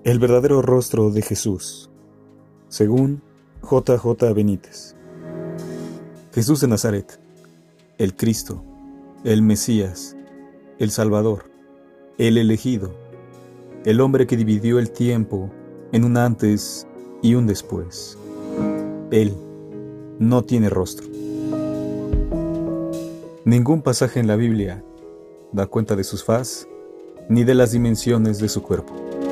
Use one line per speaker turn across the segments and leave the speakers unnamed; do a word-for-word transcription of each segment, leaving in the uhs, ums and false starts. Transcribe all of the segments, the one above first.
El verdadero rostro de Jesús, según J J Benítez. Jesús de Nazaret, el Cristo, el Mesías, el Salvador, el elegido, el hombre que dividió el tiempo en un antes y un después. Él no tiene rostro. Ningún pasaje en la Biblia da cuenta de sus faz ni de las dimensiones de su cuerpo.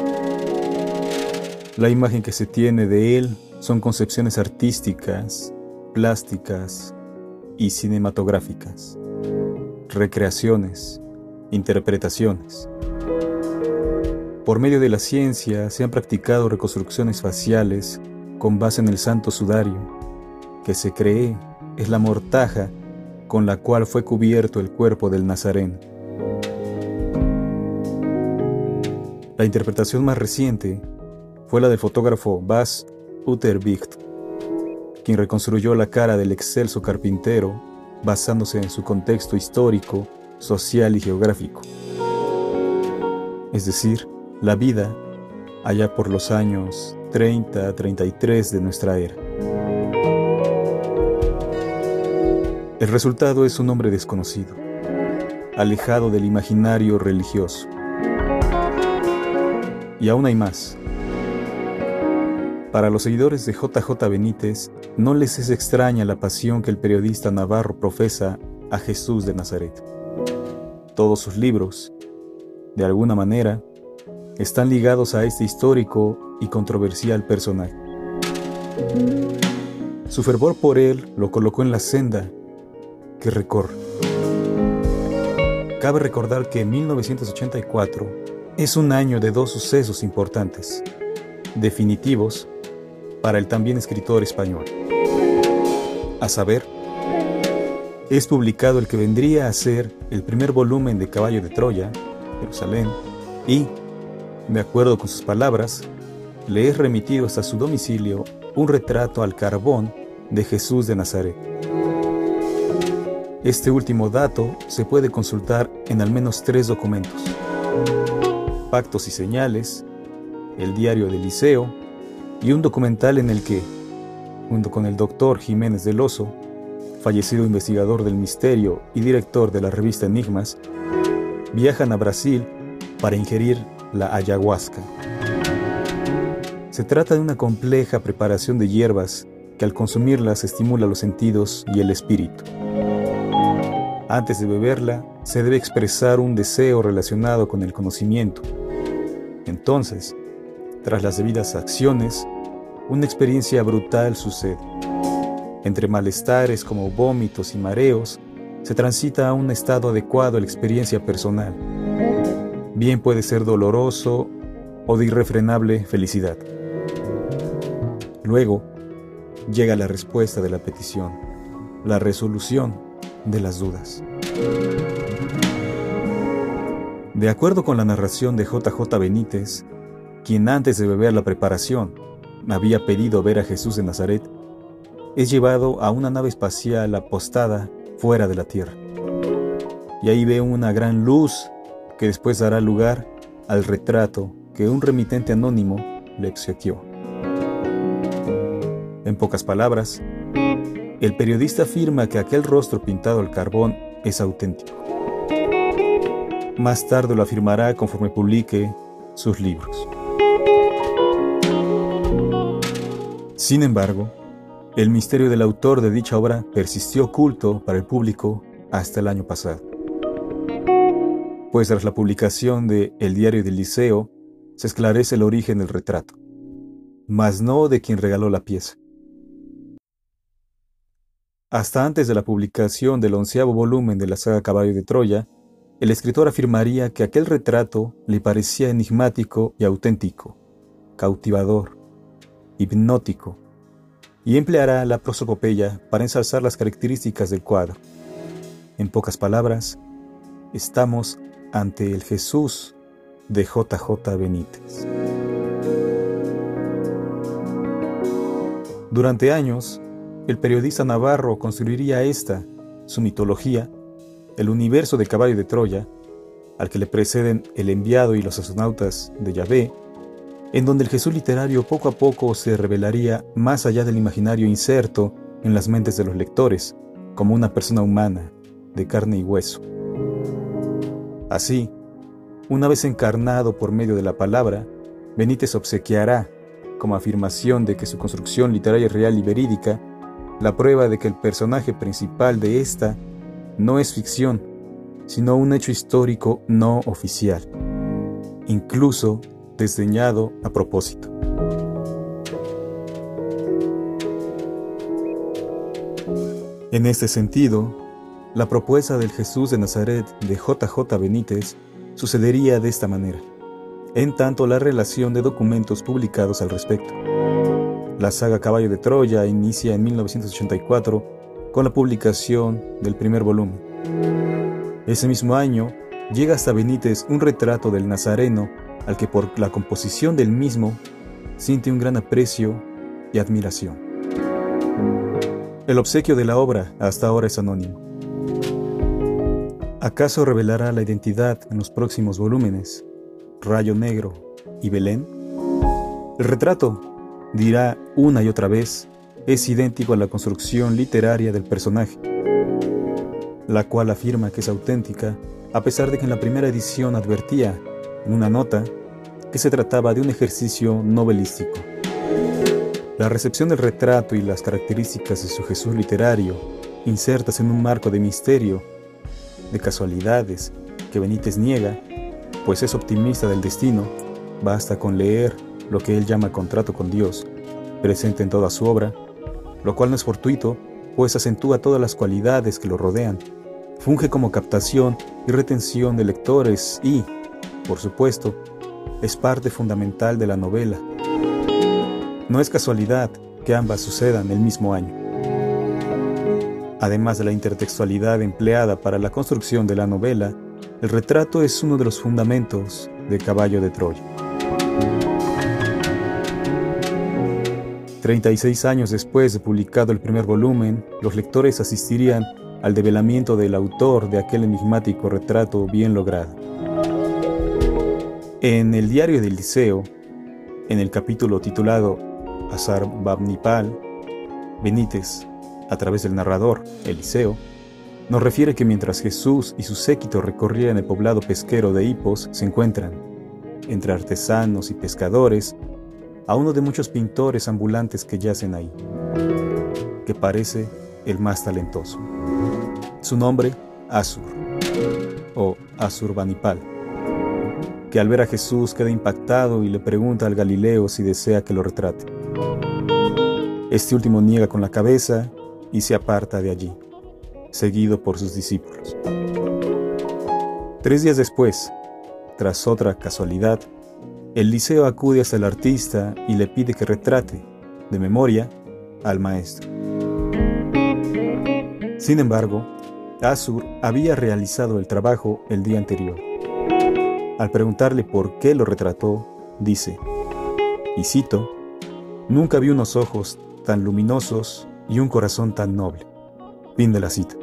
La imagen que se tiene de él son concepciones artísticas, plásticas y cinematográficas, recreaciones, interpretaciones. Por medio de la ciencia se han practicado reconstrucciones faciales con base en el santo sudario, que se cree es la mortaja con la cual fue cubierto el cuerpo del Nazareno. La interpretación más reciente fue la del fotógrafo Bas Uterbicht, quien reconstruyó la cara del excelso carpintero basándose en su contexto histórico, social y geográfico. Es decir, la vida allá por los años treinta a treinta y tres de nuestra era. El resultado es un hombre desconocido, alejado del imaginario religioso. Y aún hay más. Para los seguidores de J J Benítez, no les es extraña la pasión que el periodista navarro profesa a Jesús de Nazaret. Todos sus libros, de alguna manera, están ligados a este histórico y controversial personaje. Su fervor por él lo colocó en la senda que recorre. Cabe recordar que mil novecientos ochenta y cuatro es un año de dos sucesos importantes, definitivos para el también escritor español. A saber, es publicado el que vendría a ser el primer volumen de Caballo de Troya, Jerusalén, y, de acuerdo con sus palabras, le es remitido hasta su domicilio un retrato al carbón de Jesús de Nazaret. Este último dato se puede consultar en al menos tres documentos: Pactos y Señales, el Diario del Liceo y un documental en el que, junto con el doctor Jiménez del Oso, fallecido investigador del misterio y director de la revista Enigmas, viajan a Brasil para ingerir la ayahuasca. Se trata de una compleja preparación de hierbas que al consumirlas estimula los sentidos y el espíritu. Antes de beberla, se debe expresar un deseo relacionado con el conocimiento. Entonces, tras las debidas acciones, una experiencia brutal sucede. Entre malestares como vómitos y mareos, se transita a un estado adecuado a la experiencia personal. Bien puede ser doloroso o de irrefrenable felicidad. Luego, llega la respuesta de la petición, la resolución de las dudas. De acuerdo con la narración de J J Benítez, quien antes de beber la preparación había pedido ver a Jesús de Nazaret, es llevado a una nave espacial apostada fuera de la Tierra. Y ahí ve una gran luz que después dará lugar al retrato que un remitente anónimo le obsequió. En pocas palabras, el periodista afirma que aquel rostro pintado al carbón es auténtico. Más tarde lo afirmará conforme publique sus libros. Sin embargo, el misterio del autor de dicha obra persistió oculto para el público hasta el año pasado. Pues tras la publicación de El Diario del Liceo, se esclarece el origen del retrato, mas no de quien regaló la pieza. Hasta antes de la publicación del onceavo volumen de la saga Caballo de Troya, el escritor afirmaría que aquel retrato le parecía enigmático y auténtico, cautivador, hipnótico, y empleará la prosopopeya para ensalzar las características del cuadro. En pocas palabras, estamos ante el Jesús de J J Benítez. Durante años, el periodista navarro construiría esta, su mitología, el universo de Caballo de Troya, al que le preceden el enviado y los astronautas de Yahvé, en donde el Jesús literario poco a poco se revelaría más allá del imaginario inserto en las mentes de los lectores, como una persona humana, de carne y hueso. Así, una vez encarnado por medio de la palabra, Benítez obsequiará, como afirmación de que su construcción literaria es real y verídica, la prueba de que el personaje principal de esta no es ficción, sino un hecho histórico no oficial, incluso desdeñado a propósito. En este sentido, la propuesta del Jesús de Nazaret de J J Benítez sucedería de esta manera, en tanto la relación de documentos publicados al respecto. La saga Caballo de Troya inicia en mil novecientos ochenta y cuatro con la publicación del primer volumen. Ese mismo año llega hasta Benítez un retrato del Nazareno al que por la composición del mismo siente un gran aprecio y admiración. El obsequio de la obra hasta ahora es anónimo. ¿Acaso revelará la identidad en los próximos volúmenes, Rayo Negro y Belén? El retrato, dirá una y otra vez, es idéntico a la construcción literaria del personaje, la cual afirma que es auténtica, a pesar de que en la primera edición advertía, en una nota, que se trataba de un ejercicio novelístico. La recepción del retrato y las características de su Jesús literario, insertas en un marco de misterio, de casualidades, que Benítez niega, pues es optimista del destino, basta con leer lo que él llama contrato con Dios, presente en toda su obra, lo cual no es fortuito, pues acentúa todas las cualidades que lo rodean, funge como captación y retención de lectores y, por supuesto, es parte fundamental de la novela. No es casualidad que ambas sucedan el mismo año. Además de la intertextualidad empleada para la construcción de la novela, el retrato es uno de los fundamentos de Caballo de Troya. treinta y seis años después de publicado el primer volumen, los lectores asistirían al develamiento del autor de aquel enigmático retrato bien logrado. En el diario del Liceo, en el capítulo titulado Asarbanipal, Benítez, a través del narrador, Eliseo, nos refiere que mientras Jesús y su séquito recorrían el poblado pesquero de Hipos, se encuentran, entre artesanos y pescadores, a uno de muchos pintores ambulantes que yacen ahí, que parece el más talentoso. Su nombre, Asur, o Asurbanipal, que al ver a Jesús queda impactado y le pregunta al Galileo si desea que lo retrate. Este último niega con la cabeza y se aparta de allí, seguido por sus discípulos. Tres días después, tras otra casualidad, Eliseo acude hasta el artista y le pide que retrate, de memoria, al maestro. Sin embargo, Asur había realizado el trabajo el día anterior. Al preguntarle por qué lo retrató, dice, y cito, «Nunca vi unos ojos tan luminosos y un corazón tan noble». Fin de la cita.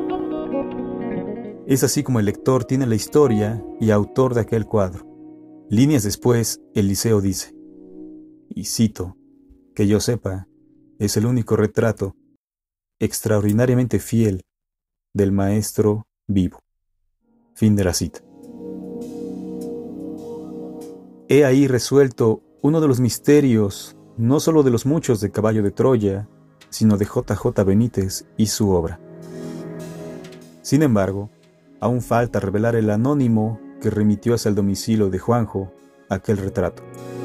Es así como el lector tiene la historia y autor de aquel cuadro. Líneas después, Eliseo dice, y cito, «Que yo sepa, es el único retrato extraordinariamente fiel del maestro vivo». Fin de la cita. He ahí resuelto uno de los misterios, no solo de los muchos de Caballo de Troya, sino de J J Benítez y su obra. Sin embargo, aún falta revelar el anónimo que remitió hacia el domicilio de Juanjo aquel retrato.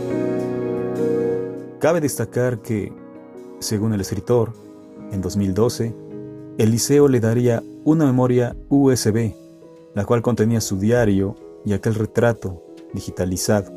Cabe destacar que, según el escritor, en dos mil doce, Eliseo le daría una memoria U S B, la cual contenía su diario y aquel retrato digitalizado.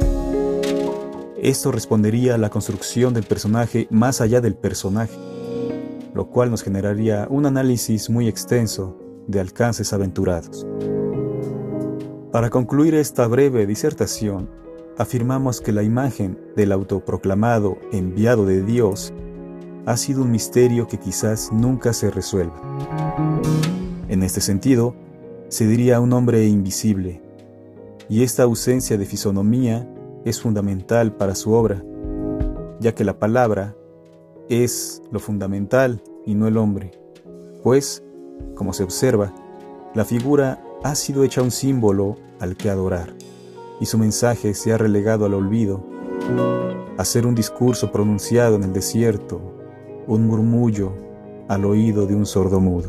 Esto respondería a la construcción del personaje más allá del personaje, lo cual nos generaría un análisis muy extenso de alcances aventurados. Para concluir esta breve disertación, afirmamos que la imagen del autoproclamado enviado de Dios ha sido un misterio que quizás nunca se resuelva. En este sentido, se diría un hombre invisible, y esta ausencia de fisonomía es fundamental para su obra, ya que la palabra es lo fundamental y no el hombre, pues, como se observa, la figura ha sido hecha un símbolo al que adorar, y su mensaje se ha relegado al olvido, a ser un discurso pronunciado en el desierto, un murmullo al oído de un sordomudo.